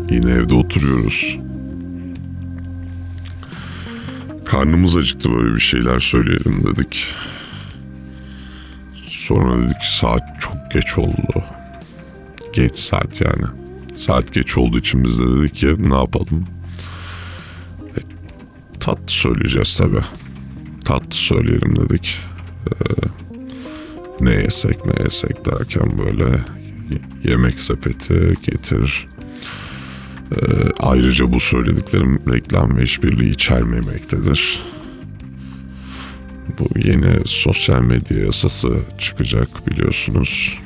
Yine evde oturuyoruz. Karnımız acıktı, böyle bir şeyler söyleyelim dedik. Sonra dedik saat çok geç oldu. Geç saat yani. Saat geç olduğu için biz de dedik ki ne yapalım? Tatlı söyleyeceğiz tabii. Tatlı söyleyelim dedik. Ne yesek derken böyle yemek sepeti getir. Ayrıca bu söylediklerim reklam ve işbirliği içermemektedir. Bu yeni sosyal medya yasası çıkacak biliyorsunuz.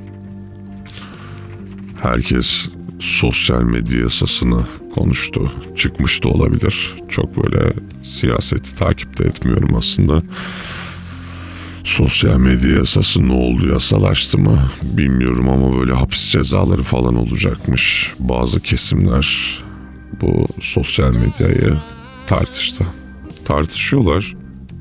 Herkes sosyal medya yasasını konuştu. Çıkmış da olabilir. Çok böyle siyaseti takip de etmiyorum aslında. Sosyal medya yasası ne oldu, yasalaştı mı bilmiyorum ama böyle hapis cezaları falan olacakmış. Bazı kesimler bu sosyal medyayı tartışıyorlar.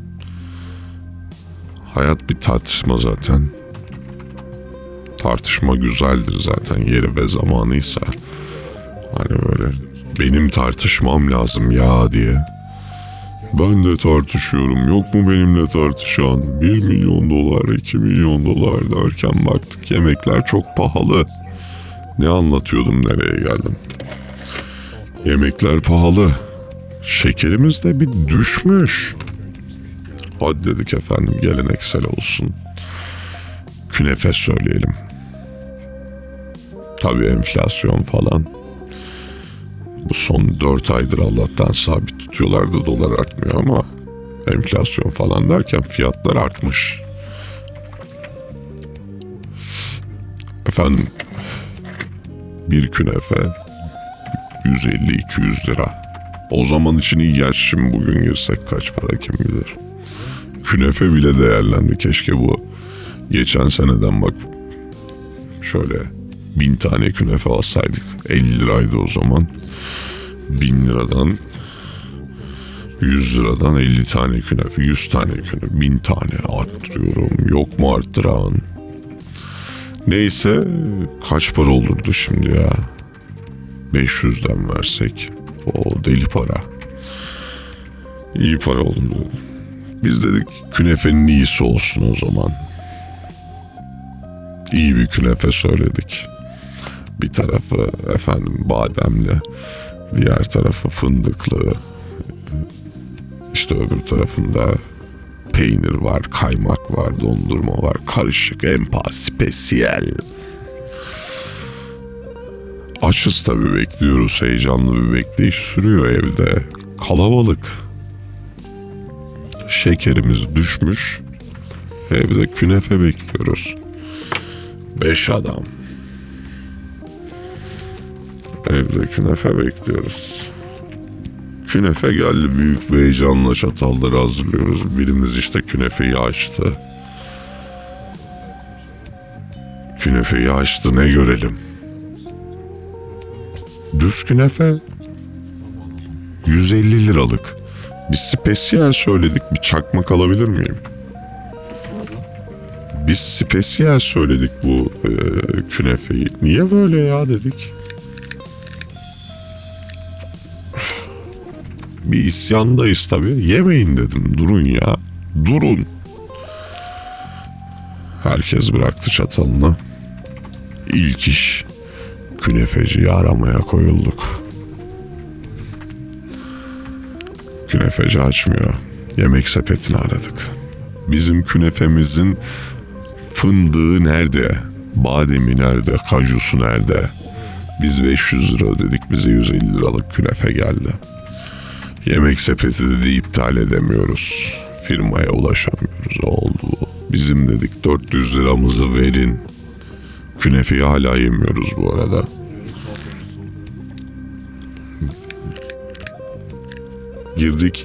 Hayat bir tartışma zaten. Tartışma güzeldir zaten, yeri ve zamanıysa. Hani böyle benim tartışmam lazım ya diye. Ben de tartışıyorum, yok mu benimle tartışan? 1 milyon dolar, 2 milyon dolar derken baktık yemekler çok pahalı. Ne anlatıyordum, nereye geldim? Yemekler pahalı. Şekerimiz de bir düşmüş. Hadi dedik efendim, geleneksel olsun. Künefe söyleyelim. Tabii enflasyon falan. Bu son 4 aydır Allah'tan sabit tutuyorlardı, dolar artmıyor ama enflasyon falan derken fiyatlar artmış. Efendim, bir künefe 150-200 lira. O zaman için iyi, gerçi şimdi bugün girsek kaç para kim bilir. Künefe bile değerlendi, keşke bu geçen seneden bak şöyle 1000 tane künefe alsaydık, 50 liraydı o zaman. 1000 liradan 100 liradan 50 tane künefe, 100 tane künefe, 1000 tane arttırıyorum. Yok mu arttıran? Neyse, kaç para olurdu şimdi ya? 500'den versek. O deli para. İyi para olurdu. Biz dedik künefenin iyisi olsun o zaman. İyi bir künefe söyledik. Bir tarafı efendim bademli, diğer tarafı fındıklı. İşte öbür tarafında peynir var, kaymak var, dondurma var, karışık, spesiyel. Açız tabii, bekliyoruz. Heyecanlı bir bekleyiş sürüyor evde. Kalabalık. Şekerimiz düşmüş. Evde künefe bekliyoruz. 5 adam. Evde künefe bekliyoruz. Künefe geldi, büyük bir heyecanla çatalları hazırlıyoruz. Birimiz işte künefeyi açtı. Künefeyi açtı, ne görelim? Düz künefe 150 liralık. Bir spesiyel söyledik, bir çakmak alabilir miyim? Biz spesiyel söyledik bu künefeyi. Niye böyle ya dedik. Bir isyandayız tabii. Yemeyin dedim. Durun ya. Durun. Herkes bıraktı çatalını. İlk iş künefeciyi aramaya koyulduk. Künefeci açmıyor. Yemek sepetini aradık. Bizim künefemizin fındığı nerede? Bademi nerede? Kajusu nerede? Biz 500 lira ödedik. Bize 150 liralık künefe geldi. Yemek sepeti dedi, iptal edemiyoruz. Firmaya ulaşamıyoruz. Oldu. Bizim dedik 400 liramızı verin. Künefeyi hala yemiyoruz bu arada. Girdik.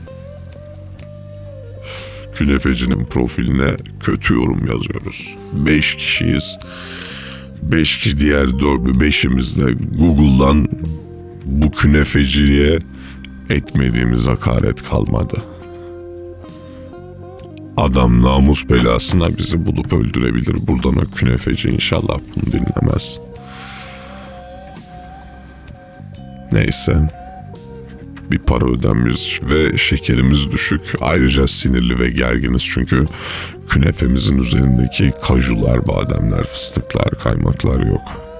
Künefecinin profiline kötü yorum yazıyoruz. 5 kişiyiz. 5 kişi, diğer 5'imiz de Google'dan bu künefeciye etmediğimiz hakaret kalmadı. Adam namus belasına bizi bulup öldürebilir. Buradan o künefeci inşallah bunu dinlemez. Neyse. Bir para ödenmiş ve şekerimiz düşük. Ayrıca sinirli ve gerginiz çünkü künefemizin üzerindeki kajular, bademler, fıstıklar, kaymaklar yok.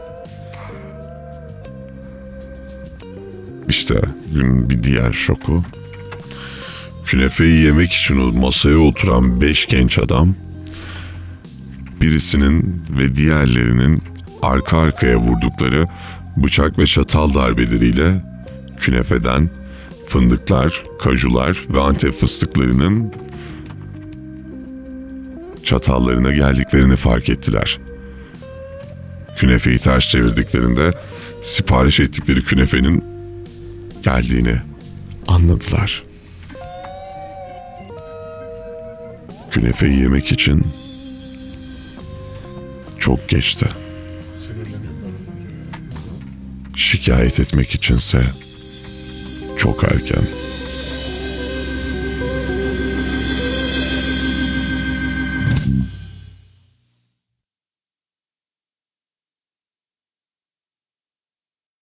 İşte günün bir diğer şoku. Künefeyi yemek için o masaya oturan 5 genç adam, birisinin ve diğerlerinin arka arkaya vurdukları bıçak ve çatal darbeleriyle künefeden fındıklar, kajular ve antep fıstıklarının çatallarına geldiklerini fark ettiler. Künefeyi ters çevirdiklerinde sipariş ettikleri künefenin geldiğini anladılar. Künefeyi yemek için çok geçti. Şikayet etmek içinse çok erken.